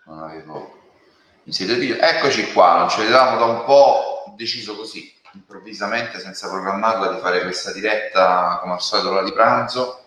non avevo inserito il video. Eccoci qua, non ci vedevamo da un po', ho deciso così, improvvisamente, senza programmarla, di fare questa diretta come al solito l'ora di pranzo.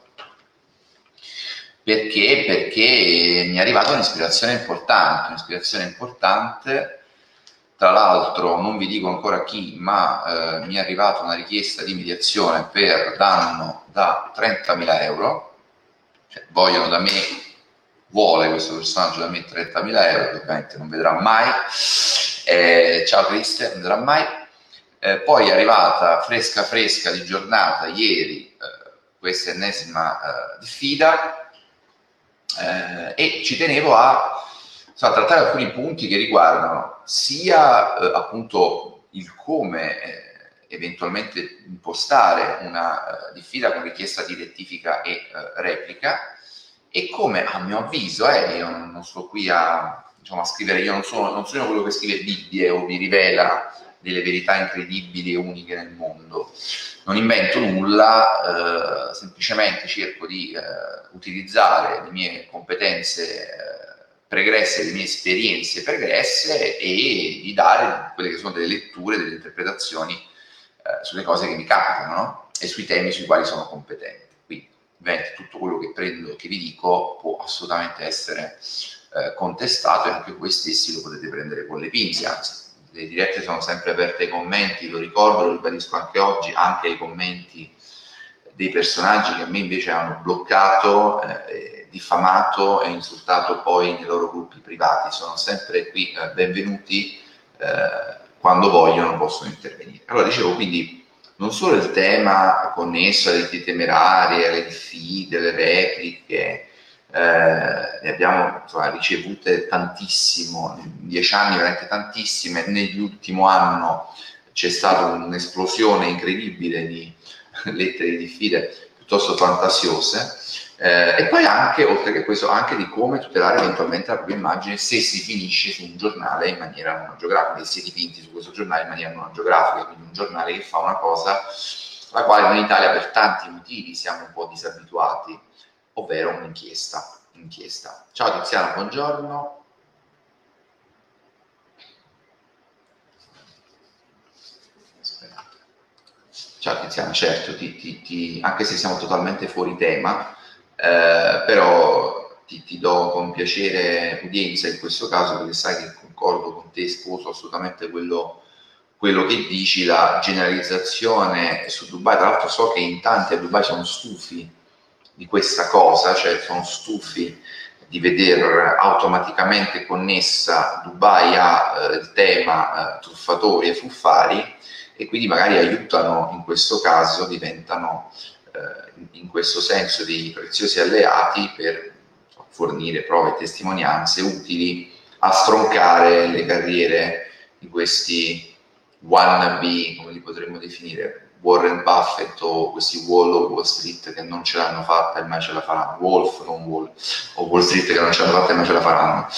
Perché mi è arrivata un'ispirazione importante. Tra l'altro non vi dico ancora chi, ma mi è arrivata una richiesta di mediazione per danno da 30.000 euro, cioè vogliono da me, vuole questo personaggio da me 30.000 euro, che ovviamente non vedrà mai. Ciao Cristian, non vedrà mai. Poi è arrivata fresca di giornata ieri questa ennesima diffida, e ci tenevo a trattare alcuni punti che riguardano sia appunto il come eventualmente impostare una diffida con richiesta di rettifica e replica, e come, a mio avviso, io non sto qui a scrivere, io non sono quello che scrive Bibbie o vi rivela delle verità incredibili e uniche nel mondo. Non invento nulla, semplicemente cerco di utilizzare le mie competenze pregresse, le mie esperienze pregresse, e di dare quelle che sono delle letture, delle interpretazioni sulle cose che mi capitano, no? E sui temi sui quali sono competente. Quindi ovviamente tutto quello che prendo e che vi dico può assolutamente essere contestato, e anche voi stessi lo potete prendere con le pinze, anzi le dirette sono sempre aperte ai commenti, lo ricordo, lo ribadisco anche oggi, anche ai commenti dei personaggi che a me invece hanno bloccato, diffamato e insultato poi nei loro gruppi privati. Sono sempre qui benvenuti, quando vogliono possono intervenire. Allora dicevo, quindi non solo il tema connesso alle dette temerarie, alle diffide, alle repliche, ne abbiamo ricevute tantissimo, in 10 anni veramente tantissime. Nell'ultimo anno c'è stata un'esplosione incredibile di lettere di diffide piuttosto fantasiose, e poi anche, oltre che questo, anche di come tutelare eventualmente la propria immagine se si finisce su un giornale in maniera non geografica, se si è dipinti su questo giornale in maniera non geografica, quindi un giornale che fa una cosa alla quale noi in Italia per tanti motivi siamo un po' disabituati, ovvero un'inchiesta. Ciao Tiziana, buongiorno. Ciao Tiziana, certo, anche se siamo totalmente fuori tema, però ti do con piacere udienza in questo caso, perché sai che concordo con te, sposo assolutamente quello che dici. La generalizzazione su Dubai, tra l'altro so che in tanti a Dubai sono stufi di questa cosa, cioè sono stufi di veder automaticamente connessa Dubai al tema truffatori e fuffari, e quindi magari aiutano, in questo caso diventano in questo senso dei preziosi alleati per fornire prove e testimonianze utili a stroncare le carriere di questi wannabe, come li potremmo definire, Warren Buffett, o questi Wall o Wall Street che non ce l'hanno fatta e mai ce la faranno, Wolf, non Wall, o Wall Street che non ce l'hanno fatta e mai ce la faranno.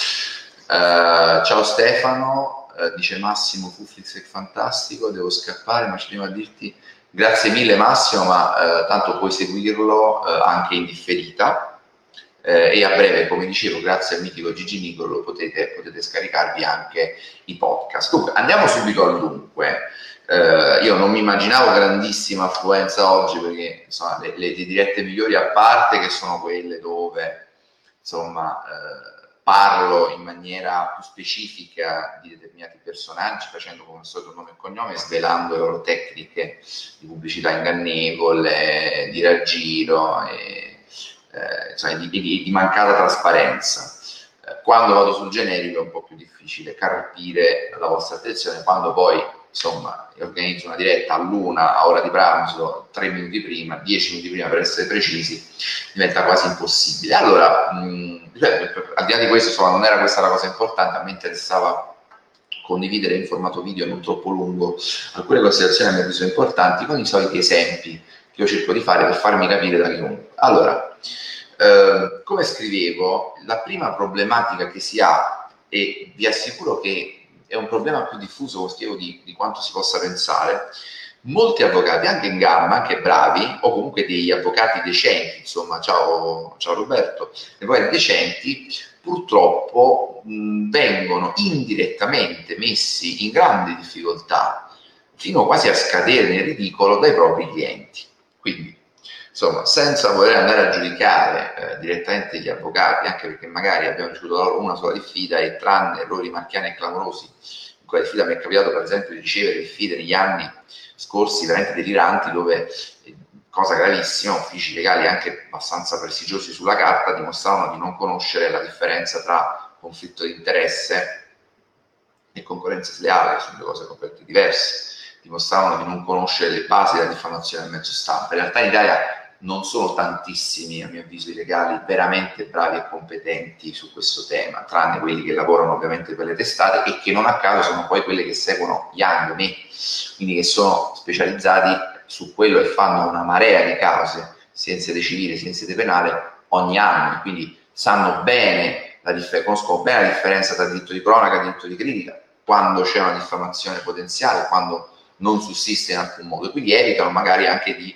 Ciao Stefano, dice Massimo, Fuflix è fantastico, devo scappare, ma ci tenevo a dirti grazie mille Massimo, ma tanto puoi seguirlo anche in differita, e a breve, come dicevo, grazie al mitico Gigi Nicolo potete scaricarvi anche i podcast. Comunque, andiamo subito al dunque. Io non mi immaginavo grandissima affluenza oggi, perché insomma le dirette migliori, a parte che sono quelle dove insomma parlo in maniera più specifica di determinati personaggi, facendo come al solito nome e cognome, svelando le loro tecniche di pubblicità ingannevole, di raggiro e di mancata trasparenza. Quando vado sul generico è un po' più difficile carpire la vostra attenzione, quando poi insomma organizzo una diretta all'una, a ora di pranzo, 3 minuti prima, 10 minuti prima per essere precisi, diventa quasi impossibile. Allora, al di là di questo, insomma, non era questa la cosa importante, a me interessava condividere in formato video non troppo lungo alcune considerazioni a mio avviso importanti, con i soliti esempi che io cerco di fare per farmi capire da chiunque. Allora, come scrivevo, la prima problematica che si ha, e vi assicuro che è un problema più diffuso di quanto si possa pensare, molti avvocati, anche in gamma, anche bravi, o comunque degli avvocati decenti, insomma, ciao Roberto, dei avvocati decenti, purtroppo vengono indirettamente messi in grande difficoltà, fino quasi a scadere nel ridicolo dai propri clienti. Quindi, insomma, senza voler andare a giudicare direttamente gli avvocati, anche perché magari abbiamo ricevuto da loro una sola diffida e tranne errori marchiani e clamorosi, in quella diffida mi è capitato per esempio di ricevere diffide negli anni scorsi veramente deliranti, dove, cosa gravissima, uffici legali anche abbastanza prestigiosi sulla carta dimostravano di non conoscere la differenza tra conflitto di interesse e concorrenza sleale, che sono due cose completamente diverse, dimostravano di non conoscere le basi della diffamazione del mezzo stampa. In realtà in Italia non sono tantissimi, a mio avviso, i legali veramente bravi e competenti su questo tema, tranne quelli che lavorano ovviamente per le testate e che non a caso sono poi quelle che seguono Young, me, quindi che sono specializzati su quello e fanno una marea di cause, sia in sede civile sia in sede penale, ogni anno, quindi sanno bene conoscono bene la differenza tra diritto di cronaca e diritto di critica, quando c'è una diffamazione potenziale, quando non sussiste in alcun modo, e quindi evitano magari anche di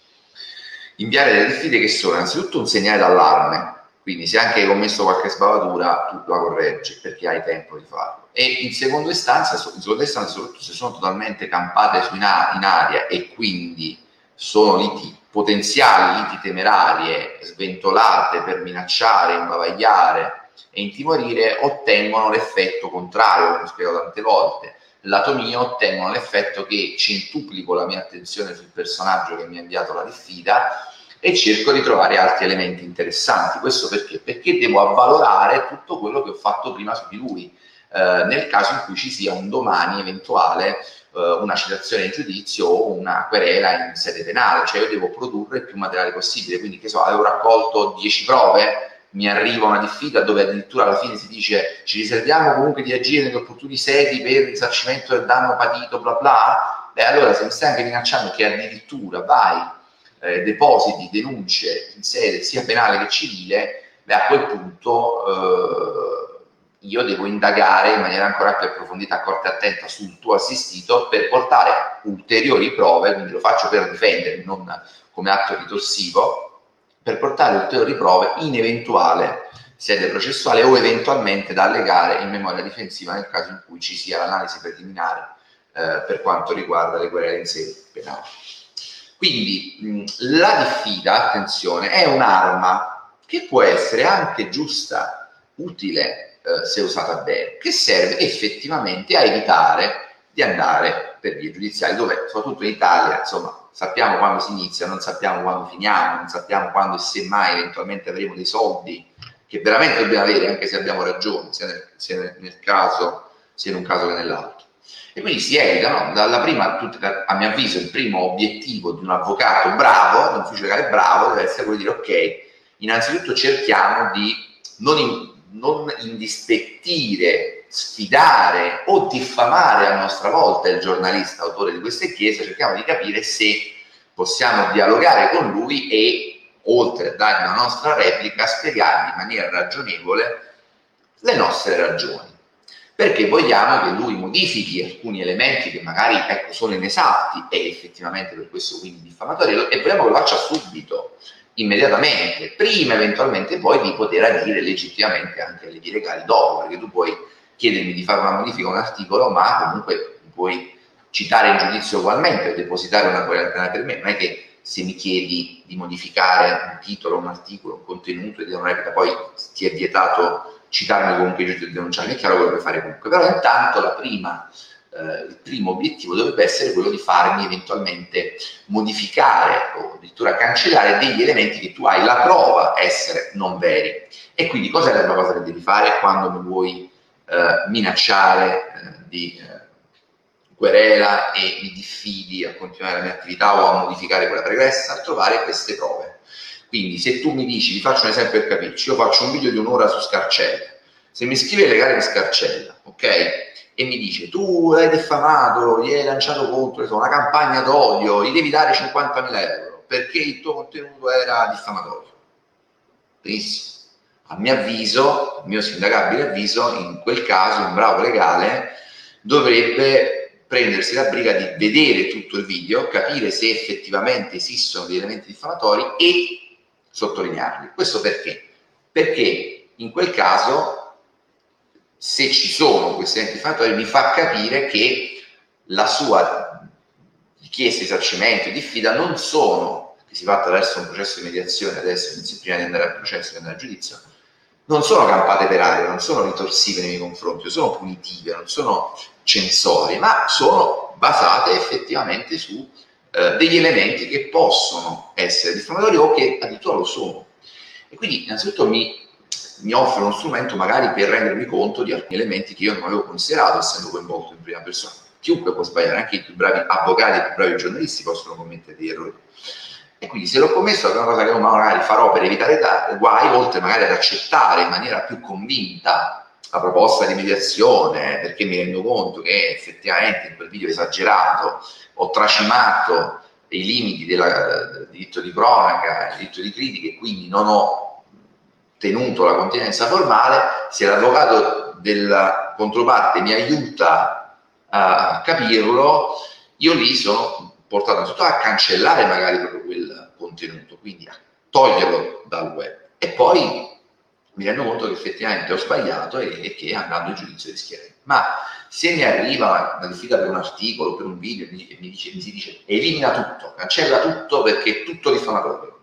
inviare delle diffide che sono innanzitutto un segnale d'allarme, quindi se anche hai commesso qualche sbavatura tu la correggi perché hai tempo di farlo, e in seconda istanza soprattutto se sono totalmente campate in aria e quindi sono potenziali liti temerarie sventolate per minacciare, imbavagliare e intimorire, ottengono l'effetto contrario, come ho spiegato tante volte. Lato mio ottengono l'effetto che centuplico la mia attenzione sul personaggio che mi ha inviato la diffida e cerco di trovare altri elementi interessanti. Questo perché? Perché devo avvalorare tutto quello che ho fatto prima su di lui, nel caso in cui ci sia un domani eventuale una citazione in giudizio o una querela in sede penale, cioè io devo produrre il più materiale possibile, quindi che so, avevo raccolto 10 prove, mi arriva una diffida dove addirittura alla fine si dice ci riserviamo comunque di agire negli opportuni sedi per il risarcimento del danno patito, bla bla, beh allora se mi stai anche minacciando che addirittura depositi denunce in sede sia penale che civile, beh a quel punto io devo indagare in maniera ancora più approfondita, accorta e attenta sul tuo assistito per portare ulteriori prove, quindi lo faccio per difendermi, non come atto ritorsivo, per portare ulteriori prove in eventuale sede processuale o eventualmente da allegare in memoria difensiva nel caso in cui ci sia l'analisi preliminare per quanto riguarda le querele in sede penale. Quindi la diffida, attenzione, è un'arma che può essere anche giusta, utile, se usata bene, che serve effettivamente a evitare di andare per vie giudiziali, dove soprattutto in Italia, insomma, sappiamo quando si inizia, non sappiamo quando finiamo, non sappiamo quando e se mai eventualmente avremo dei soldi che veramente dobbiamo avere, anche se abbiamo ragione, sia in un caso che nell'altro. E quindi si evita, no? A mio avviso, il primo obiettivo di un avvocato bravo, di un ufficio legale bravo, deve essere quello di dire ok, innanzitutto cerchiamo di non indispettire, sfidare o diffamare a nostra volta il giornalista autore di queste chiese, cerchiamo di capire se possiamo dialogare con lui e, oltre a dare una nostra replica, spiegargli in maniera ragionevole le nostre ragioni. Perché vogliamo che lui modifichi alcuni elementi che magari sono inesatti e effettivamente per questo quindi diffamatori, e vogliamo che lo faccia subito, immediatamente, prima eventualmente poi di poter adire legittimamente anche alle vie legali dopo, perché tu puoi chiedermi di fare una modifica a un articolo, ma comunque puoi citare in giudizio ugualmente, depositare una querela penale per me, non è che se mi chiedi di modificare un titolo, un articolo, un contenuto e di una replica, poi ti è vietato citarmi comunque in giudizio e denunciarmi, è chiaro che lo puoi fare comunque, però intanto il primo obiettivo dovrebbe essere quello di farmi eventualmente modificare o addirittura cancellare degli elementi che tu hai la prova essere non veri. E quindi cosa è la prima cosa che devi fare quando mi vuoi minacciare di querela e mi diffidi a continuare la mia attività o a modificare quella pregressa? Trovare queste prove. Quindi se tu mi dici, vi faccio un esempio per capirci, io faccio un video di un'ora su Scarcella, se mi scrive il legale di Scarcella, ok? E mi dice tu hai diffamato, gli hai lanciato contro una campagna d'odio, gli devi dare 50.000 euro perché il tuo contenuto era diffamatorio. Benissimo. A mio avviso, a mio sindacabile avviso, in quel caso un bravo legale dovrebbe prendersi la briga di vedere tutto il video, capire se effettivamente esistono degli elementi diffamatori e sottolinearli. Questo perché? Perché in quel caso, se ci sono questi elementi diffamatori, mi fa capire che la sua richiesta di risarcimento e diffida non sono, che si fa attraverso un processo di mediazione adesso, prima di andare al processo, di andare al giudizio, non sono campate per aria, non sono ritorsive nei miei confronti, sono punitive, non sono censorie, ma sono basate effettivamente su degli elementi che possono essere diffamatori o che addirittura lo sono. E quindi innanzitutto mi offre uno strumento magari per rendermi conto di alcuni elementi che io non avevo considerato essendo coinvolto in prima persona. Chiunque può sbagliare, anche i più bravi avvocati, i più bravi giornalisti possono commettere degli errori. E quindi se l'ho commesso è una cosa che io magari farò per evitare guai, oltre magari ad accettare in maniera più convinta la proposta di mediazione, perché mi rendo conto che effettivamente in quel video esagerato ho tracimato i limiti del diritto di cronaca, del diritto di critica, e quindi non ho tenuto la continenza formale. Se l'avvocato della controparte mi aiuta a capirlo, io lì sono portato innanzitutto a cancellare magari proprio quel contenuto, quindi a toglierlo dal web, e poi mi rendo conto che effettivamente ho sbagliato e che andando in giudizio rischierei. Ma se mi arriva una diffida per un articolo, per un video, e mi si dice elimina tutto, cancella tutto perché è tutto diffamatorio,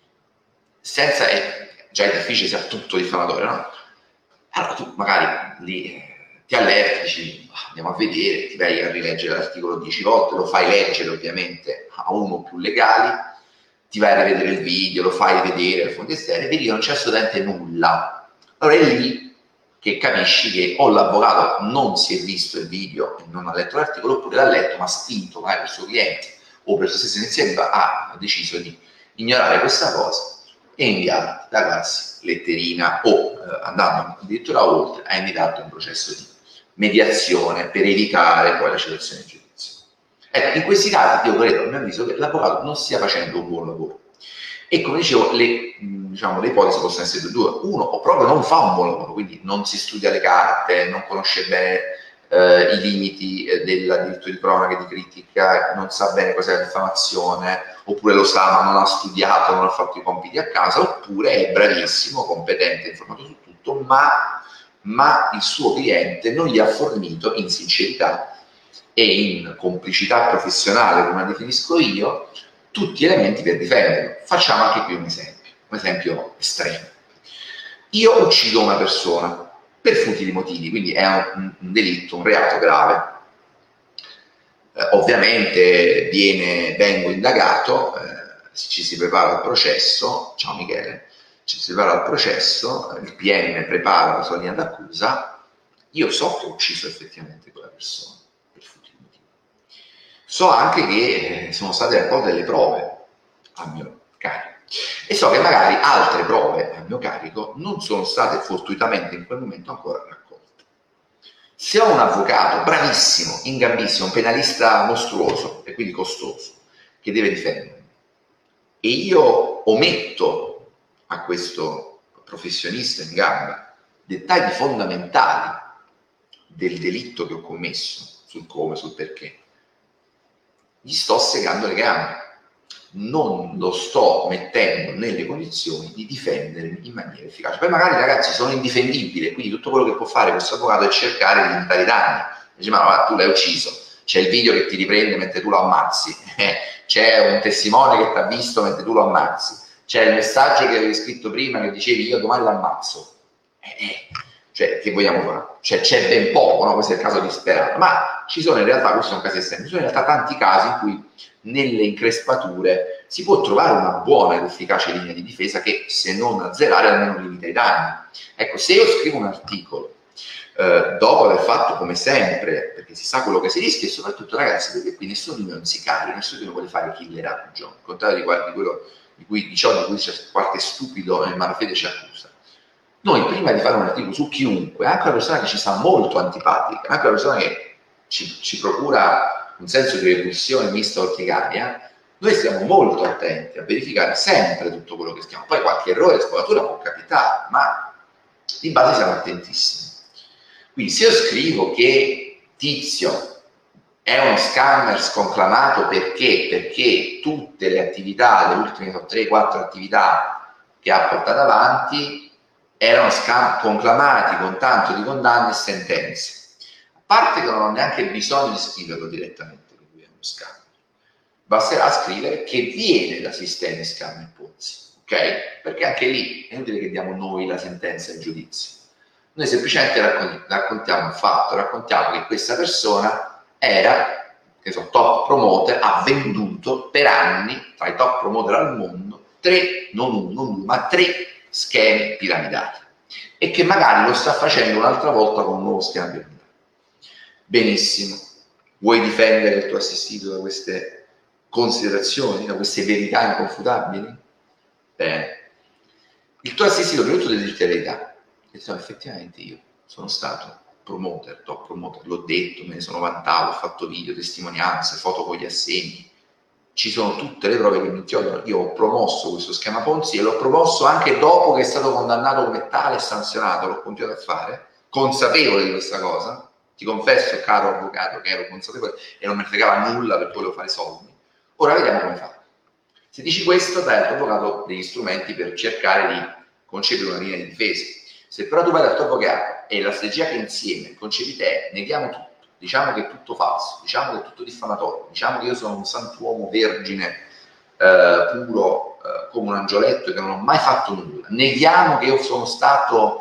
senza, già è difficile sia tutto diffamatorio, no? Allora tu magari lì ti allerti, dici andiamo a vedere, ti vai a rileggere l'articolo 10 volte, lo fai leggere ovviamente a uno più legali, ti vai a rivedere il video, lo fai vedere le fonti esterne, vedi che non c'è assolutamente nulla. Allora è lì che capisci che o l'avvocato non si è visto il video e non ha letto l'articolo, oppure l'ha letto ma spinto magari per il suo cliente o per la sua stessa iniziativa ha deciso di ignorare questa cosa e inviarti da classe letterina o andando addirittura oltre ha invitato un processo di mediazione per evitare poi la citazione in giudizio. Ecco, in questi casi io credo, a mio avviso, che l'avvocato non stia facendo un buon lavoro. E come dicevo, le ipotesi possono essere due. Uno, o proprio non fa un buon lavoro, quindi non si studia le carte, non conosce bene i limiti del diritto di cronaca e di critica, non sa bene cos'è la diffamazione, oppure lo sa ma non ha studiato, non ha fatto i compiti a casa, oppure è bravissimo, competente, informato su tutto, ma il suo cliente non gli ha fornito in sincerità e in complicità professionale, come la definisco io, tutti gli elementi per difenderlo. Facciamo anche qui un esempio estremo. Io uccido una persona per futili motivi, quindi è un delitto, un reato grave. Ovviamente vengo indagato, ci si prepara al processo, ciao Michele, ci si prepara al processo, il PM prepara la sua linea d'accusa, io so che ho ucciso effettivamente quella persona per futili motivi. So anche che sono state raccolte delle prove a mio carico e so che magari altre prove a mio carico non sono state fortuitamente in quel momento ancora raccolte. Se ho un avvocato bravissimo, ingambissimo, un penalista mostruoso e quindi costoso che deve difendermi e io ometto a questo professionista in gamba dettagli fondamentali del delitto che ho commesso, sul come, sul perché, gli sto segando le gambe, non lo sto mettendo nelle condizioni di difendermi in maniera efficace. Poi magari ragazzi sono indifendibile, quindi tutto quello che può fare questo avvocato è cercare di limitare i danni. Dice ma tu l'hai ucciso, c'è il video che ti riprende mentre tu lo ammazzi, c'è un testimone che ti ha visto mentre tu lo ammazzi, c'è il messaggio che avevi scritto prima che dicevi io domani l'ammazzo. Cioè, che vogliamo fare? Cioè, c'è ben poco, no? Questo è il caso disperato, ma ci sono in realtà, questi sono casi estremi, ci sono in realtà tanti casi in cui nelle increspature si può trovare una buona ed efficace linea di difesa che, se non azzerare, almeno limita i danni. Ecco, se io scrivo un articolo dopo aver fatto come sempre, perché si sa quello che si rischia, e soprattutto ragazzi, perché qui nessuno di noi è un sicario, nessuno di noi vuole fare killeraggio, al contrario di ciò di cui c'è qualche stupido nel malafede ci accusa. Noi prima di fare un articolo su chiunque, anche una persona che ci sta molto antipatica, anche una persona che ci procura un senso di repulsione mista orticaria, noi stiamo molto attenti a verificare sempre tutto quello che scriviamo. Poi qualche errore, sbavatura può capitare, ma di base siamo attentissimi. Quindi se io scrivo che Tizio È uno scammer sconclamato perché? Perché tutte le attività, le ultime 3-4 attività che ha portato avanti erano conclamati con tanto di condanne e sentenze. A parte che non ho neanche bisogno di scriverlo direttamente, che lui è uno scammer. Basterà scrivere che viene da sistemi scammer Ponzi, ok? Perché anche lì è inutile che diamo noi la sentenza e il giudizio. Noi semplicemente raccontiamo un fatto, raccontiamo che questa persona era, che so, top promoter, ha venduto per anni, tra i top promoter al mondo, non due, ma 3 schemi piramidali e che magari lo sta facendo un'altra volta con un nuovo schema piramidale. Benissimo, vuoi difendere il tuo assistito da queste considerazioni, da queste verità inconfutabili? Bene. Il tuo assistito prima di tutto deve dirti la verità. E so, effettivamente io sono stato promoter, top promoter, l'ho detto, me ne sono vantato, ho fatto video, testimonianze, foto con gli assegni, ci sono tutte le prove che mi inchiodano. Io ho promosso questo schema Ponzi e l'ho promosso anche dopo che è stato condannato come tale e sanzionato, l'ho continuato a fare, consapevole di questa cosa. Ti confesso, caro avvocato, che ero consapevole e non mi fregava nulla perché volevo fare soldi. Ora vediamo come fa. Se dici questo, dai al tuo avvocato degli strumenti per cercare di concedere una linea di difesa. Se però tu vai dal tuo avvocato e la strategia che insieme concepi te, neghiamo tutto, diciamo che è tutto falso, diciamo che è tutto diffamatorio, diciamo che io sono un santuomo vergine, puro, come un angioletto e che non ho mai fatto nulla, neghiamo che io sono stato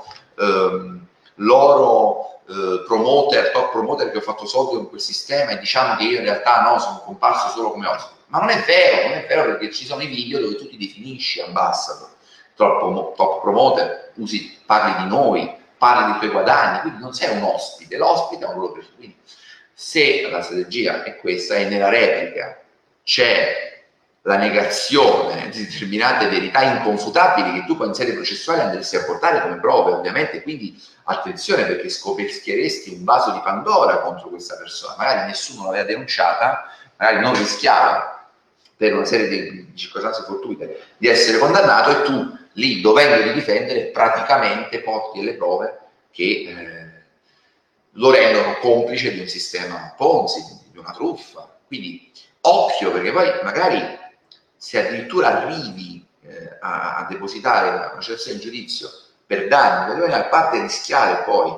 loro promoter, top promoter, che ho fatto soldi con quel sistema, e diciamo che io in realtà no, sono comparso solo come ospite. Ma non è vero perché ci sono i video dove tu ti definisci ambassador, top promoter, parli di noi, parli dei tuoi guadagni, quindi non sei un ospite, l'ospite è un loro. Quindi se la strategia è questa e nella replica c'è la negazione di determinate verità inconfutabili che tu poi in sede processuale andresti a portare come prove, ovviamente, quindi attenzione, perché scoperchieresti un vaso di Pandora contro questa persona, magari nessuno l'aveva denunciata, magari non rischiava per una serie di circostanze fortuite di essere condannato, e tu lì, dovendo di difendere, praticamente porti delle prove che lo rendono complice di un sistema Ponzi, di una truffa. Quindi occhio, perché poi magari se addirittura arrivi a depositare una processazione in giudizio per danni, a parte rischiare poi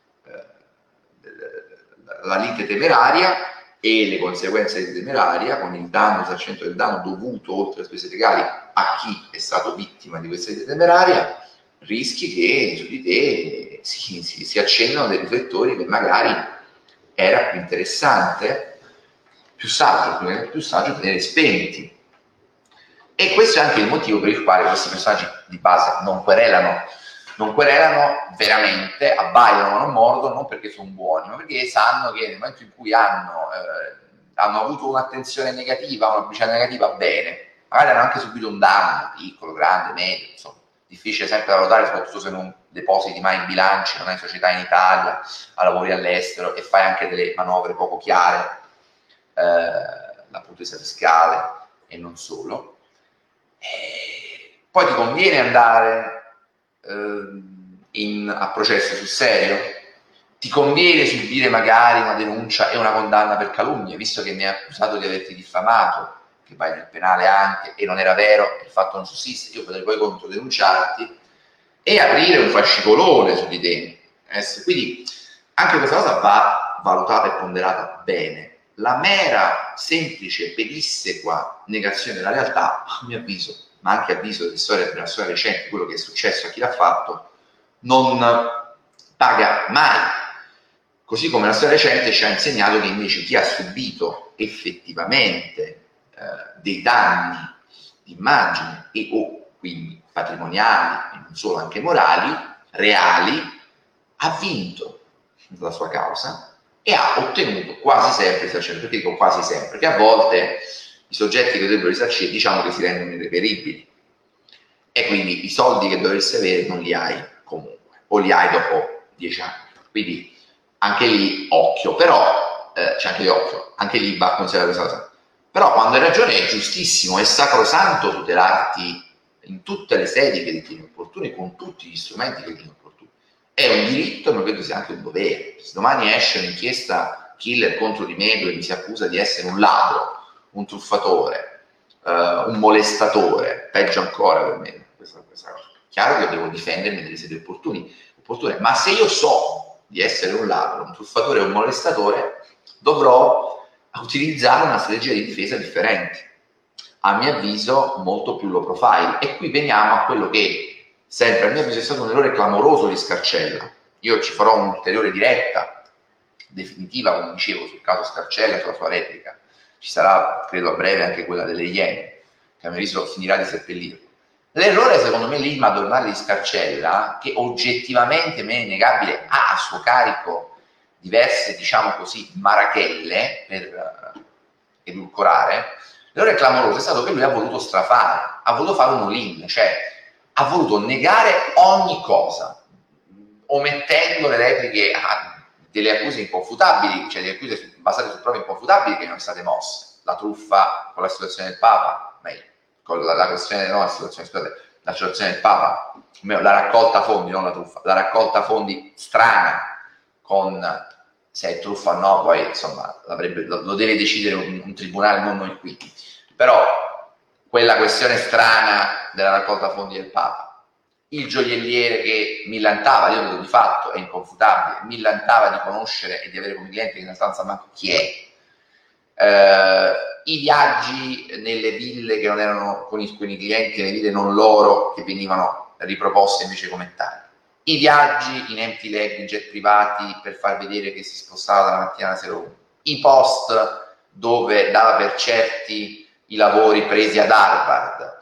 la lite temeraria e le conseguenze di temeraria, con il danno, il risarcimento del danno dovuto oltre le spese legali a chi è stato vittima di questa lite temeraria, rischi che su di te si accendano dei riflettori che magari era più interessante, più saggio tenere spenti. E questo è anche il motivo per il quale questi personaggi di base non querelano veramente, abbagliano ma non mordono, non perché sono buoni, ma perché sanno che nel momento in cui hanno avuto un'attenzione negativa, una pubblicità negativa, bene, magari hanno anche subito un danno, piccolo, grande, medio, insomma, difficile sempre da valutare, soprattutto se non depositi mai in bilanci, non hai società in Italia, lavori all'estero e fai anche delle manovre poco chiare, dal punto di vista fiscale e non solo. Poi ti conviene andare a processo sul serio? Ti conviene subire magari una denuncia e una condanna per calunnia, visto che mi hai accusato di averti diffamato, che vai nel penale anche, e non era vero, il fatto non sussiste, io potrei poi controdenunciarti e aprire un fascicolone su di te. Quindi anche questa cosa va valutata e ponderata bene. La mera, semplice, pedissequa negazione della realtà, a mio avviso, ma anche a avviso della storia recente, quello che è successo a chi l'ha fatto, non paga mai. Così come la storia recente ci ha insegnato che invece chi ha subito effettivamente dei danni di immagine e o quindi patrimoniali e non solo, anche morali, reali, ha vinto la sua causa e ha ottenuto quasi sempre il risarcimento. Perché dico quasi sempre? Perché a volte i soggetti che dovrebbero risarcire, diciamo che si rendono irreperibili e quindi i soldi che dovresti avere non li hai comunque, o li hai dopo 10 anni. Quindi anche lì occhio, però c'è anche occhio, anche lì va a considerare questa cosa. Però quando hai ragione è giustissimo, è sacrosanto tutelarti in tutte le sedi che ritieni opportune, con tutti gli strumenti che ritieni opportuni. È un diritto, ma credo sia anche un dovere. Se domani esce un'inchiesta killer contro di me, dove mi si accusa di essere un ladro, un truffatore, un molestatore, peggio ancora per me questa cosa. Chiaro che devo difendermi nelle sedi opportune, ma se io so di essere un ladro, un truffatore o un molestatore, dovrò utilizzare una strategia di difesa differente, a mio avviso molto più low profile. E qui veniamo a quello che sempre a mio avviso è stato un errore clamoroso di Scarcella. Io ci farò un'ulteriore diretta definitiva, come dicevo, sul caso Scarcella, sulla sua replica. Ci sarà, credo, a breve anche quella delle Iene, che a mio avviso finirà di seppellirlo. L'errore, secondo me, lì madornale di Scarcella, che oggettivamente, me è innegabile, ha a suo carico diverse, diciamo così, marachelle per edulcorare, l'errore clamoroso è stato che lui ha voluto strafare, ha voluto fare un all-in, cioè ha voluto negare ogni cosa, omettendo le repliche delle accuse inconfutabili, cioè delle accuse basate su prove inconfutabili che non sono state mosse. La truffa con la situazione del Papa, meglio, con la questione, no, la situazione del Papa, la raccolta fondi, non la truffa, la raccolta fondi strana, con se è truffa o no, poi insomma lo deve decidere un tribunale, non noi qui. Però quella questione strana della raccolta fondi del Papa, il gioielliere che millantava, io lo di fatto è inconfutabile, millantava di conoscere e di avere come cliente, che in realtà non sa manco chi è, i viaggi nelle ville che non erano con i clienti, nelle ville non loro, che venivano riproposte invece come tali, i viaggi in empty leg, in jet privati per far vedere che si spostava dalla mattina alla sera, i post dove dava per certi i lavori presi ad Harvard,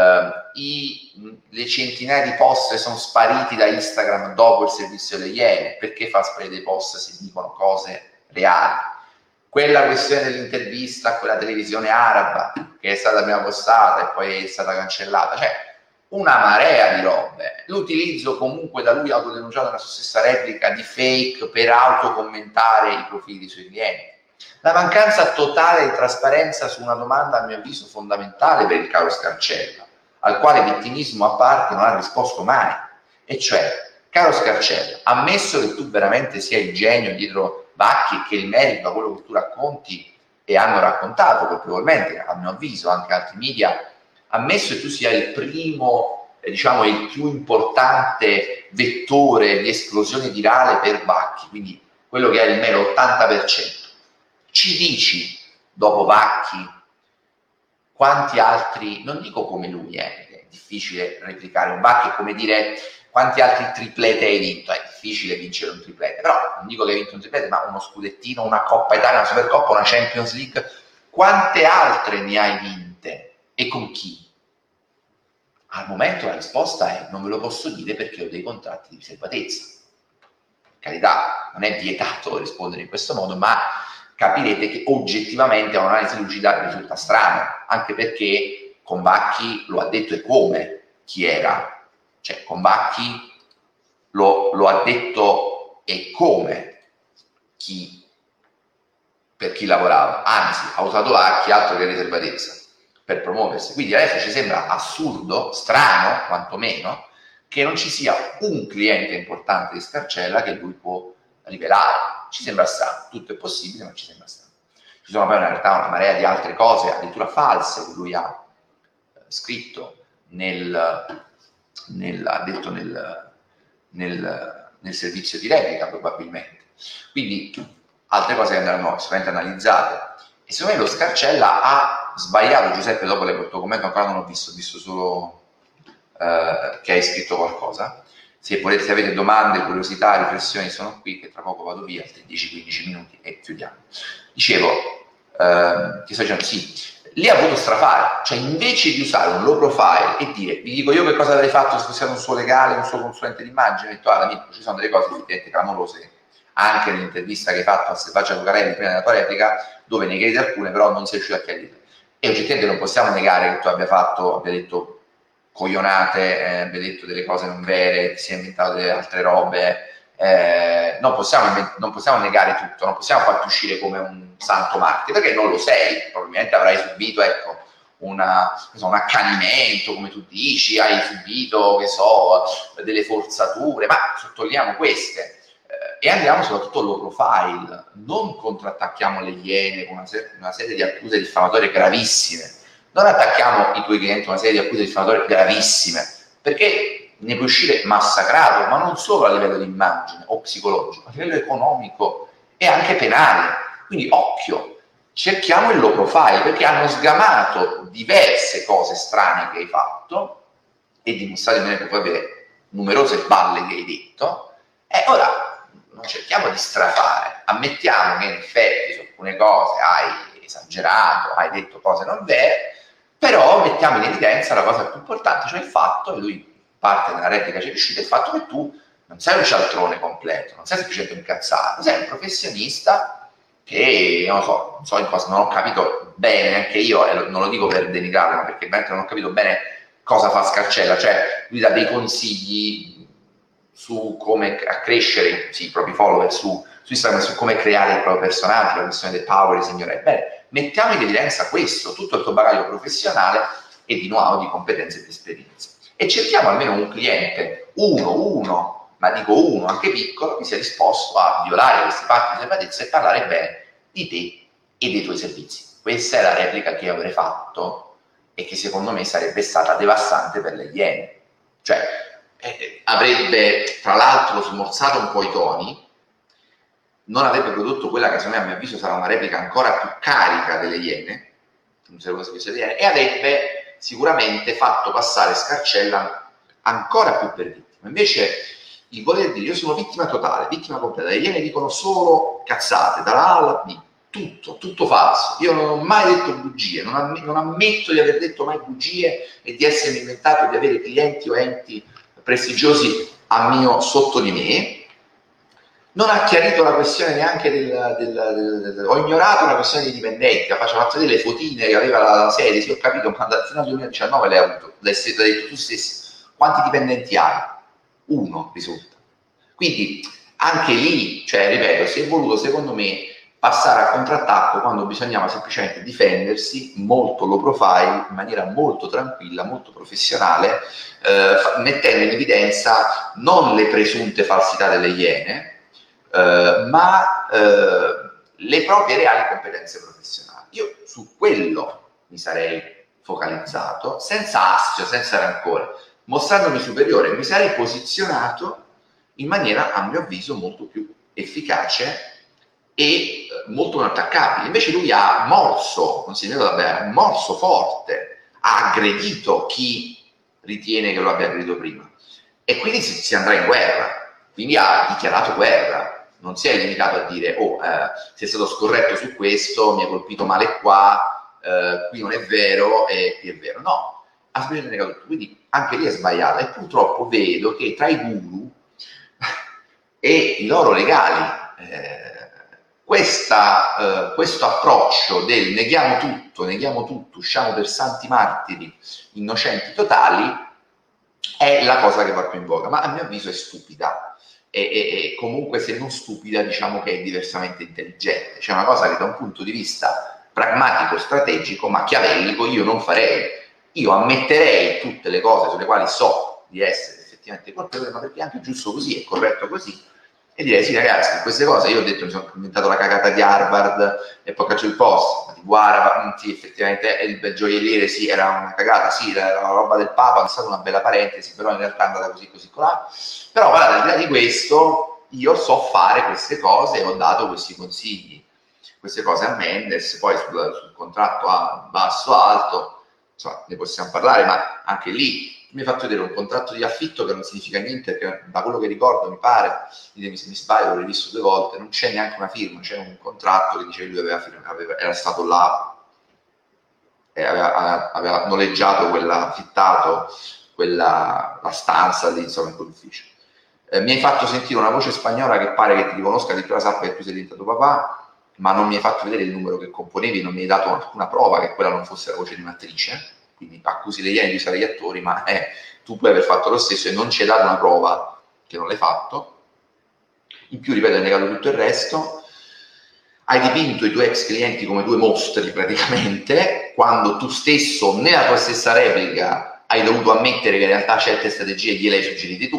le centinaia di post che sono spariti da Instagram dopo il servizio delle Iene. Perché fa sparire dei post se dicono cose reali? Quella questione dell'intervista a quella televisione araba che è stata prima postata e poi è stata cancellata, cioè una marea di robe, l'utilizzo comunque da lui autodenunciato nella sua stessa replica di fake per autocommentare i profili dei suoi clienti, la mancanza totale di trasparenza su una domanda a mio avviso fondamentale per il caro Scarcella, al quale vittimismo a parte non ha risposto mai, e cioè: caro Scarcella, ammesso che tu veramente sia il genio dietro Vacchi e che il merito a quello che tu racconti e hanno raccontato colpevolmente, a mio avviso anche altri media, ammesso che tu sia il primo, diciamo il più importante vettore di esplosione virale per Vacchi, quindi quello che ha il mero 80%, ci dici dopo Vacchi quanti altri, non dico come lui, è difficile replicare un Vacchi, è come dire quanti altri triplete hai vinto, è difficile vincere un triplete, però non dico che hai vinto un triplete, ma uno scudettino, una Coppa Italia, una Supercoppa, una Champions League, quante altre ne hai vinte e con chi? Al momento la risposta è: non ve lo posso dire perché ho dei contratti di riservatezza. Per carità, non è vietato rispondere in questo modo, ma capirete che oggettivamente a un'analisi lucida risulta strano, anche perché con Vacchi lo ha detto e come chi era, cioè con Vacchi lo ha detto e come chi, per chi lavorava, anzi ha usato Vacchi altro che riservatezza per promuoversi. Quindi adesso ci sembra assurdo, strano quantomeno, che non ci sia un cliente importante di Scarcella che lui può rivelare. Ci sembra strano, tutto è possibile, ma ci sembra strano. Ci sono poi in realtà una marea di altre cose, addirittura false, che lui ha scritto nel servizio di replica, probabilmente. Quindi altre cose che andranno sicuramente analizzate. E secondo me lo Scarcella ha sbagliato. Giuseppe, dopo il tuo commento ancora non l'ho visto, ho visto solo che hai scritto qualcosa. Se avete domande, curiosità, riflessioni, sono qui, che tra poco vado via, altri 10-15 minuti e chiudiamo. Dicevo, ti sto dicendo, sì, lì ha voluto strafare, cioè invece di usare un low profile e dire: vi dico io che cosa avrei fatto se fossi stato un suo legale, un suo consulente d'immagine, ho detto: amico, ci sono delle cose effettivamente clamorose, anche nell'intervista che hai fatto a Selvaggia Lucarelli prima della tua replica, dove ne chiedi alcune, però non sei riuscito a chiarirle. E oggettivamente non possiamo negare che tu abbia detto coglionate, abbia detto delle cose non vere, ti sia inventato delle altre robe. Non possiamo negare tutto, non possiamo farti uscire come un santo martire, perché non lo sei, probabilmente avrai subito, ecco, un accanimento, come tu dici, hai subito, che so, delle forzature, ma sottolineiamo queste. e andiamo soprattutto low profile, non contrattacchiamo le Iene con una serie di accuse diffamatorie gravissime, non attacchiamo i tuoi clienti con una serie di accuse diffamatorie gravissime, perché ne puoi uscire massacrato, ma non solo a livello di immagine o psicologico, a livello economico e anche penale. Quindi occhio, cerchiamo il low profile, perché hanno sgamato diverse cose strane che hai fatto e dimostrato di poi avere numerose balle che hai detto, e ora non cerchiamo di strafare, ammettiamo che in effetti su alcune cose hai esagerato, hai detto cose non vere, però mettiamo in evidenza la cosa più importante, cioè il fatto, e lui parte della replica ci è riuscito, il fatto che tu non sei un cialtrone completo, non sei semplicemente un cazzato, sei un professionista che, non so in cosa, non ho capito bene, anche io, e non lo dico per denigrarlo, ma perché veramente non ho capito bene cosa fa Scarcella, cioè lui dà dei consigli su come accrescere i propri follower su Instagram, su come creare il proprio personaggio, la questione del power, signore. Bene, mettiamo in evidenza questo, tutto il tuo bagaglio professionale e di nuovo di competenze e di esperienze. E cerchiamo almeno un cliente, uno, ma dico uno, anche piccolo, che sia disposto a violare questi patti di riservatezza e parlare bene di te e dei tuoi servizi. Questa è la replica che io avrei fatto e che secondo me sarebbe stata devastante per le Iene. Cioè, avrebbe tra l'altro smorzato un po' i toni, non avrebbe prodotto quella che secondo me a mio avviso sarà una replica ancora più carica delle Iene, e avrebbe sicuramente fatto passare Scarcella ancora più per vittima. Invece il voler dire io sono vittima totale, vittima completa, le Iene dicono solo cazzate, dalla A alla B, tutto falso, io non ho mai detto bugie, non ammetto di aver detto mai bugie e di essermi inventato di avere clienti o enti prestigiosi a mio sotto di me. Non ha chiarito la questione neanche ho ignorato la questione dei dipendenti, faceva fatto delle fotine che aveva la serie, sì ho capito, ma fino al 2019 l'hai avuto, l'hai detto tu stesso, quanti dipendenti hai? Uno risulta. Quindi anche lì, cioè ripeto, si è voluto secondo me passare a contrattacco quando bisognava semplicemente difendersi molto low profile, in maniera molto tranquilla, molto professionale, mettendo in evidenza non le presunte falsità delle Iene, ma le proprie reali competenze professionali. Io su quello mi sarei focalizzato, senza astio, senza rancore, mostrandomi superiore, mi sarei posizionato in maniera, a mio avviso, molto più efficace e molto non attaccabile. Invece lui ha morso, considerato davvero, morso forte, ha aggredito chi ritiene che lo abbia aggredito prima e quindi si andrà in guerra, quindi ha dichiarato guerra, non si è limitato a dire sei stato scorretto su questo, mi hai colpito male qua, qui non è vero e qui è vero, no, ha semplicemente negato tutto, quindi anche lì è sbagliato e purtroppo vedo che tra i guru e i loro legali questo approccio del neghiamo tutto, usciamo per santi martiri, innocenti totali, è la cosa che va più in voga, ma a mio avviso è stupida e comunque se non stupida diciamo che è diversamente intelligente, c'è una cosa che da un punto di vista pragmatico, strategico, machiavellico io non farei, io ammetterei tutte le cose sulle quali so di essere effettivamente colpevole, ma perché è anche giusto così, è corretto così, e direi sì ragazzi, queste cose io ho detto mi sono inventato la cagata di Harvard e poi faccio il post, ma di Guarda, sì effettivamente il bel gioielliere sì era una cagata, sì la roba del Papa è stata una bella parentesi, però in realtà è andata così colà, però guarda al di là di questo io so fare queste cose e ho dato questi consigli, queste cose a Mendes, poi sul contratto a basso alto, insomma ne possiamo parlare, ma anche lì mi hai fatto vedere un contratto di affitto che non significa niente, perché da quello che ricordo mi pare, ditemi se mi sbaglio, l'ho rivisto 2 volte, non c'è neanche una firma, c'è un contratto che dice che lui era stato là e aveva noleggiato affittato la stanza lì, insomma, in quell'ufficio. Mi hai fatto sentire una voce spagnola che pare che ti riconosca, addirittura sappia che tu sei diventato papà, ma non mi hai fatto vedere il numero che componevi, non mi hai dato alcuna prova che quella non fosse la voce di un'attrice, quindi accusi le Iene di usare gli attori, ma tu puoi aver fatto lo stesso e non ci hai dato una prova che non l'hai fatto. In più, ripeto, hai negato tutto il resto, hai dipinto i tuoi ex clienti come 2 mostri praticamente, quando tu stesso nella tua stessa replica hai dovuto ammettere che in realtà certe strategie gliele hai suggerite tu, come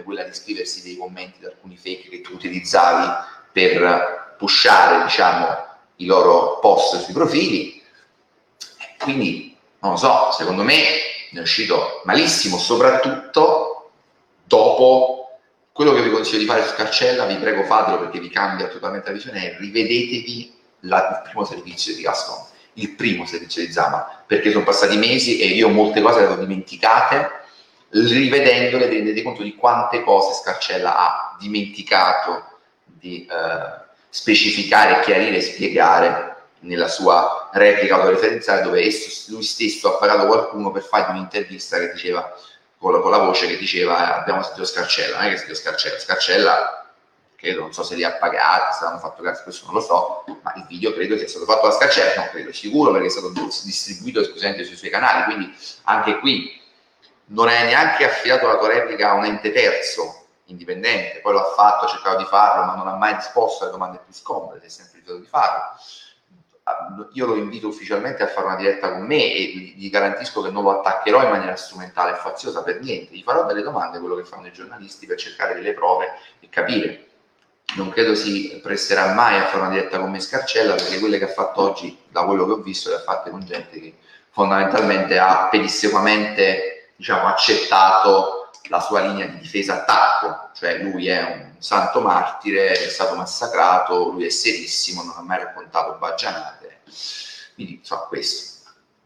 quella di scriversi dei commenti da alcuni fake che tu utilizzavi per pushare, diciamo, i loro post sui profili. Quindi, non lo so, secondo me ne è uscito malissimo, soprattutto dopo. Quello che vi consiglio di fare su Scarcella, vi prego fatelo perché vi cambia totalmente la visione, è rivedetevi il primo servizio di Gaston, il primo servizio di Zama, perché sono passati mesi e io molte cose le avevo dimenticate. Rivedendole vi rendete conto di quante cose Scarcella ha dimenticato di specificare, chiarire e spiegare nella sua replica autoreferenziale, dove lui stesso ha pagato qualcuno per fargli un'intervista che diceva, con la voce che diceva abbiamo sentito Scarcella, non è che sentito Scarcella, credo, non so se li ha pagati, se l'hanno fatto cazzo, questo non lo so, ma il video credo sia stato fatto da Scarcella, non credo, sicuro, perché è stato distribuito esclusivamente sui suoi canali, quindi anche qui non hai neanche affidato la tua replica a un ente terzo indipendente, poi lo ha fatto, ha cercato di farlo, ma non ha mai risposto alle domande più scomode, si è sempre rifiutato di farlo. Io lo invito ufficialmente a fare una diretta con me e gli garantisco che non lo attaccherò in maniera strumentale e faziosa per niente, gli farò delle domande, quello che fanno i giornalisti, per cercare delle prove e capire. Non credo si presterà mai a fare una diretta con me Scarcella, perché quelle che ha fatto oggi, da quello che ho visto, le ha fatte con gente che fondamentalmente ha pedissequamente, diciamo, accettato la sua linea di difesa-attacco, cioè lui è un santo martire, è stato massacrato, lui è serissimo, non ha mai raccontato baggianate, quindi insomma questo.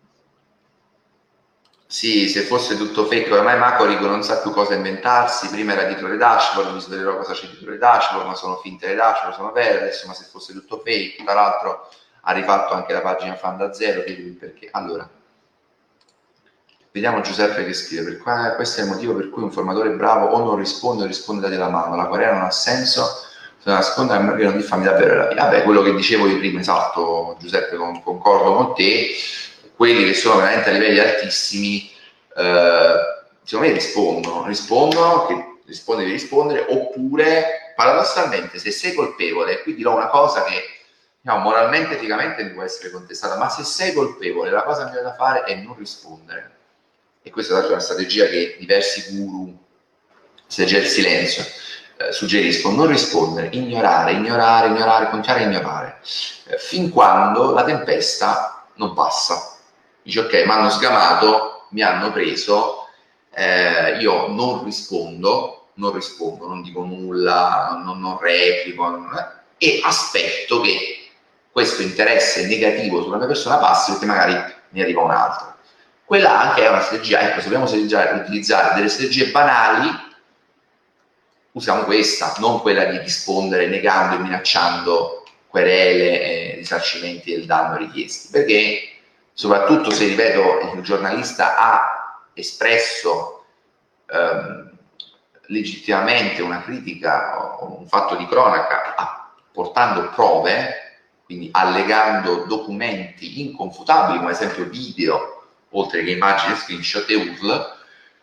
Sì, se fosse tutto fake, ormai Macorico non sa più cosa inventarsi, prima era dietro le dashboard, mi svelerò cosa c'è dietro le dashboard, ma sono finte le dashboard, sono vere adesso, ma se fosse tutto fake, tra l'altro ha rifatto anche la pagina fan da zero, perché. Allora, vediamo Giuseppe che scrive, questo è il motivo per cui un formatore bravo o non risponde o risponde dati la mano, la querela non ha senso, se la nasconda che non diffami davvero la vita. Vabbè, quello che dicevo io prima, esatto Giuseppe, concordo con te, quelli che sono veramente a livelli altissimi, secondo me rispondono, che devi rispondere, oppure paradossalmente se sei colpevole, qui dirò una cosa che no, moralmente, eticamente può essere contestata, ma se sei colpevole la cosa migliore da fare è non rispondere. E questa è una strategia che diversi guru, strategia del silenzio, suggeriscono: non rispondere, ignorare, continuare a ignorare, fin quando la tempesta non passa. Dici ok, mi hanno sgamato, mi hanno preso, io non rispondo, non dico nulla, non replico, e aspetto che questo interesse negativo sulla mia persona passi, perché magari ne arriva un altro. Quella anche è una strategia, ecco, se dobbiamo utilizzare delle strategie banali, usiamo questa, non quella di rispondere negando e minacciando querele e risarcimenti del danno richiesti, perché soprattutto se, ripeto, il giornalista ha espresso legittimamente una critica o un fatto di cronaca portando prove, quindi allegando documenti inconfutabili, come ad esempio video, oltre che immagini, screenshot e URL,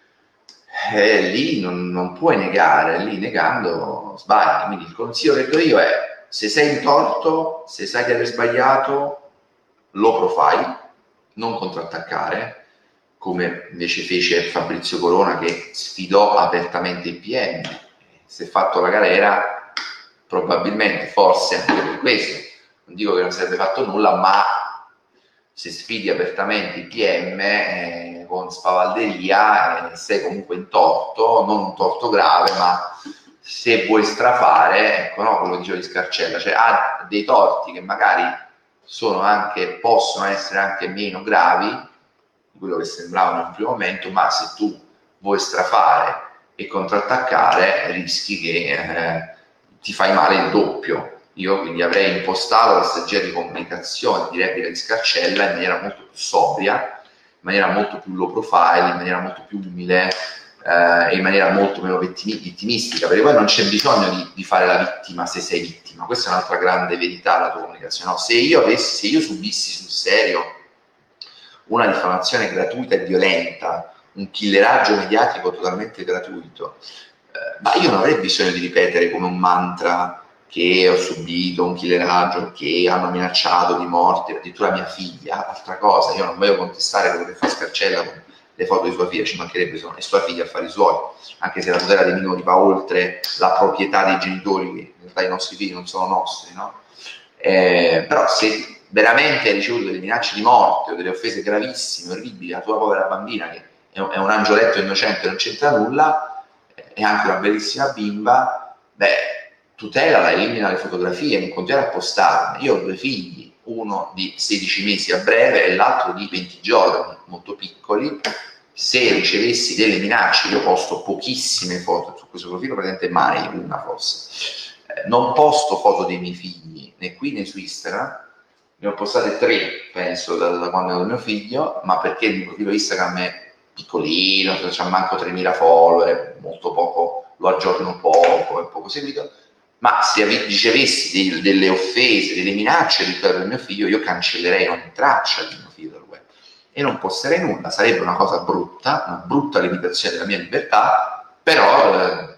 lì non puoi negare, lì negando sbagli. Quindi il consiglio che do io è: se sei in torto, se sai di aver sbagliato, lo profile, non contrattaccare, come invece fece Fabrizio Corona, che sfidò apertamente il PM. Si è fatto la galera, probabilmente, forse anche per questo. Non dico che non sarebbe fatto nulla, ma se sfidi apertamente il PM con spavalderia, sei comunque in torto, non un torto grave, ma se vuoi strafare, ecco, no, quello dicevo di Scarcella, cioè ha dei torti che magari possono essere anche meno gravi di quello che sembravano in un primo momento, ma se tu vuoi strafare e contrattaccare rischi che ti fai male il doppio. Io quindi avrei impostato la strategia di comunicazione di replica di Scarcella in maniera molto più sobria, in maniera molto più low profile, in maniera molto più umile e in maniera molto meno vittimistica, perché poi non c'è bisogno di fare la vittima se sei vittima. Questa è un'altra grande verità della tua comunicazione. No? Se io subissi sul serio una diffamazione gratuita e violenta, un killeraggio mediatico totalmente gratuito, ma io non avrei bisogno di ripetere come un mantra che ho subito un killeraggio, che hanno minacciato di morte addirittura mia figlia. Altra cosa, io non voglio contestare quello che fa Scarcella con le foto di sua figlia, ci mancherebbe, sono è sua figlia a fare i suoi, anche se la tutela dei minori va oltre la proprietà dei genitori, che in realtà i nostri figli non sono nostri, no? Però se veramente hai ricevuto delle minacce di morte o delle offese gravissime, orribili, la tua povera bambina che è un angioletto innocente, non c'entra nulla, è anche una bellissima bimba, beh, tutelala, elimina le fotografie, non continuare a postarne. Io ho 2 figli, uno di 16 mesi a breve e l'altro di 20 giorni, molto piccoli. Se ricevessi delle minacce, io posto pochissime foto su questo profilo, praticamente mai una forse. Non posto foto dei miei figli, né qui né su Instagram, ne ho postate 3, penso, da quando ero mio figlio, ma perché il mio profilo Instagram è piccolino, c'ha manco 3.000 follower, molto poco, lo aggiorno poco, è poco seguito, ma se ricevessi delle offese, delle minacce per mio figlio, io cancellerei ogni traccia di mio figlio dal web e non posterei nulla, sarebbe una cosa brutta, una brutta limitazione della mia libertà, però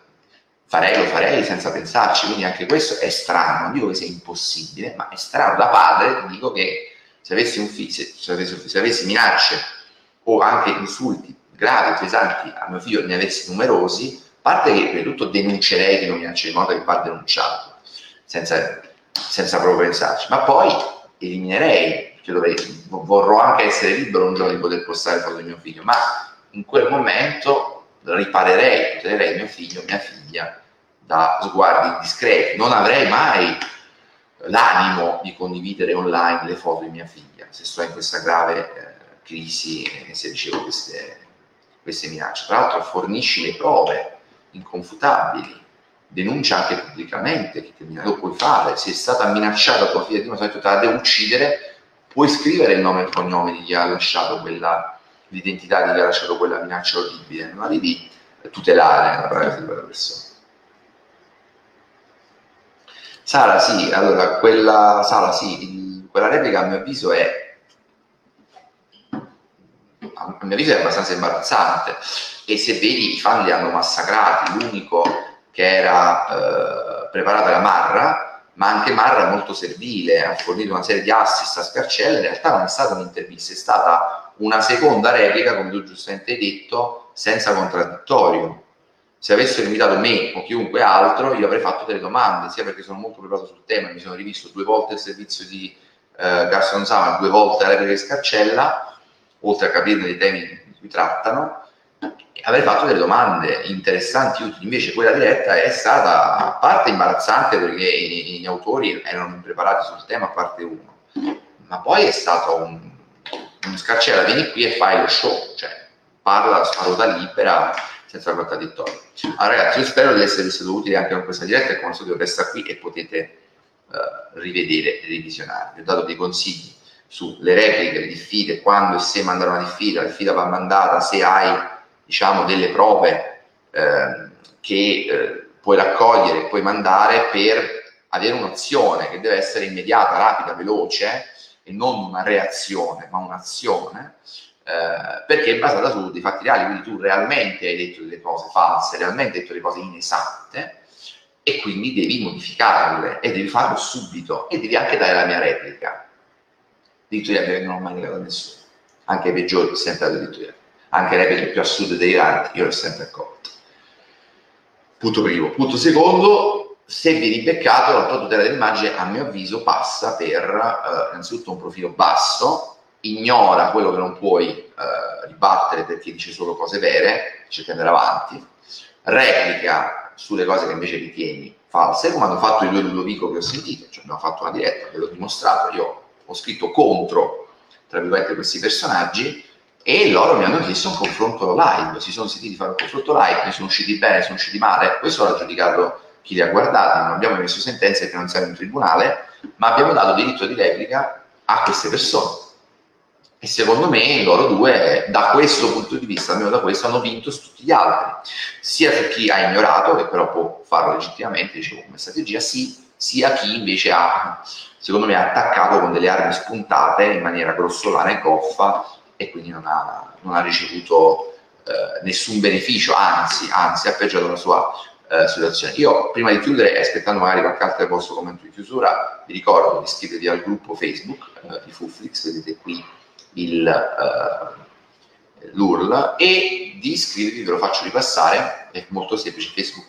lo farei senza pensarci, quindi anche questo è strano, non dico che sia impossibile, ma è strano. Da padre ti dico che se avessi un figlio, se avessi minacce o anche insulti gravi, pesanti a mio figlio, ne avessi numerosi, a parte che prima di tutto denuncerei chi lo minaccia di morte, che va denunciato, senza proprio pensarci, ma poi eliminerei, perché vorrò anche essere libero un giorno di poter postare foto di mio figlio, ma in quel momento riparerei, tutelerei mio figlio, mia figlia da sguardi indiscreti, non avrei mai l'animo di condividere online le foto di mia figlia se sto in questa grave crisi e se ricevo queste minacce. Tra l'altro fornisci le prove inconfutabili, denuncia anche pubblicamente che lo puoi fare, se è stata minacciata tua figlia di una te la deve uccidere, puoi scrivere il nome e il cognome di chi ha lasciato l'identità di chi ha lasciato quella minaccia orribile, non la devi tutelare la privacy di quella persona. Sara, sì, allora, quella replica a mio avviso è abbastanza imbarazzante, e se vedi i fan li hanno massacrati, l'unico che era preparato era Marra, ma anche Marra è molto servile, ha fornito una serie di assist a Scarcella, in realtà non è stata un'intervista, è stata una seconda replica, come tu giustamente hai detto, senza contraddittorio. Se avessero invitato me o chiunque altro, io avrei fatto delle domande, sia perché sono molto preparato sul tema, mi sono rivisto 2 volte il servizio di Carson Sama, 2 volte la replica di Scarcella, oltre a capire dei temi di cui trattano, avrei fatto delle domande interessanti, utili. Invece quella diretta è stata, a parte imbarazzante perché gli autori erano impreparati sul tema, a parte uno, ma poi è stato un Scarcella, vieni qui e fai lo show, cioè parla a ruota libera, senza contraddittorio. Allora ragazzi, io spero di esservi stato utile anche con questa diretta, e come al solito resta qui e potete rivedere e revisionare. Vi ho dato dei consigli sulle repliche, le diffide, quando e se mandare una diffida, la diffida va mandata se hai, diciamo, delle prove che puoi raccogliere e puoi mandare per avere un'azione che deve essere immediata, rapida, veloce, e non una reazione, ma un'azione, perché è basata su dei fatti reali, quindi tu realmente hai detto delle cose false, realmente hai detto delle cose inesatte, e quindi devi modificarle, e devi farlo subito, e devi anche dare la mia replica. L'editoria che non ho mai negato a nessuno, anche ai peggiori ho sempre dato l'editoria, anche le repliche più assurde e deliranti, io l'ho sempre accolto. Punto primo. Punto secondo, se vieni beccato, la tua tutela dell'immagine, a mio avviso, passa per innanzitutto un profilo basso, ignora quello che non puoi ribattere perché dice solo cose vere, cerca di andare avanti, replica sulle cose che invece ritieni false, come hanno fatto i 2 Ludovico che ho sentito, cioè abbiamo fatto una diretta, ve l'ho dimostrato, io ho scritto contro, tra virgolette, questi personaggi, e loro mi hanno chiesto un confronto live, si sono sentiti fare un confronto live, ne sono usciti bene, ne sono usciti male, questo l'ha giudicato chi li ha guardati, non abbiamo emesso sentenze che non siamo in tribunale, ma abbiamo dato diritto di replica a queste persone. E secondo me loro 2, da questo punto di vista, almeno da questo, hanno vinto su tutti gli altri, sia su chi ha ignorato, che però può farlo legittimamente, dicevo, come strategia, sì, sia chi invece ha, secondo me, attaccato con delle armi spuntate in maniera grossolana e goffa, e quindi non ha ricevuto nessun beneficio, anzi ha peggiorato la sua situazione. Io, prima di chiudere, aspettando magari qualche altro vostro commento di chiusura, vi ricordo di iscrivervi al gruppo Facebook di Fuflix, vedete qui l'URL, e di iscrivervi, ve lo faccio ripassare, è molto semplice,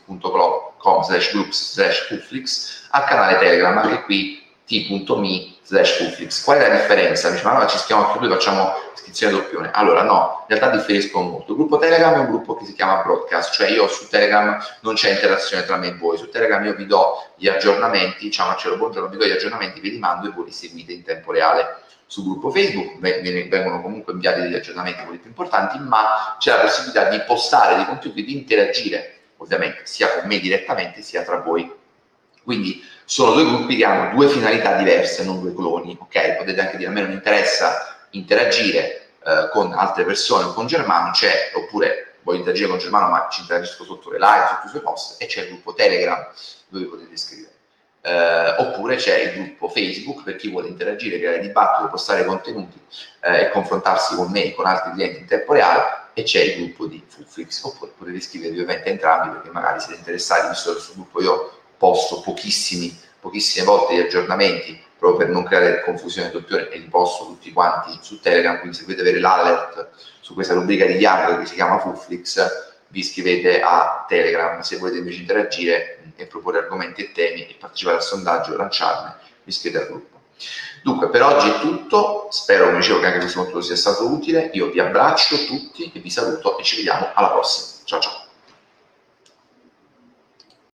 facebook.com/groups/Fuflix, al canale Telegram, anche qui t.me/Fuflix. Qual è la differenza? Dice, ma allora ci schiamo anche noi, facciamo iscrizione doppione. Allora no, in realtà differiscono molto. Il gruppo Telegram è un gruppo che si chiama Broadcast, cioè io su Telegram non c'è interazione tra me e voi, su Telegram io vi do gli aggiornamenti, ciao Marcello, buongiorno, vi do gli aggiornamenti, ve li mando e voi li seguite in tempo reale. Sul gruppo Facebook vengono comunque inviati degli aggiornamenti, quelli più importanti, ma c'è la possibilità di postare dei contenuti, di interagire ovviamente sia con me direttamente sia tra voi. Quindi sono due gruppi che hanno due finalità diverse, non due cloni, ok? Potete anche dire a me non interessa interagire con altre persone o con Germano, c'è, oppure voglio interagire con Germano ma ci interagisco sotto le live, sotto i suoi post, e c'è il gruppo Telegram dove potete scrivere. Oppure c'è il gruppo Facebook per chi vuole interagire, creare dibattito, postare contenuti e confrontarsi con me e con altri clienti in tempo reale, e c'è il gruppo di Fuflix, oppure potete iscrivervi ovviamente a entrambi perché magari siete interessati, visto che sul gruppo io posto pochissime volte gli aggiornamenti proprio per non creare confusione e doppione, e li posto tutti quanti su Telegram, quindi se volete avere l'alert su questa rubrica di Young che si chiama Fuflix, vi iscrivete a Telegram. Se volete invece interagire e proporre argomenti e temi e partecipare al sondaggio, lanciarne, vi iscrivete al gruppo. Dunque, per oggi è tutto, spero, come dicevo, che anche questo contenuto sia stato utile, io vi abbraccio tutti e vi saluto e ci vediamo alla prossima. Ciao ciao!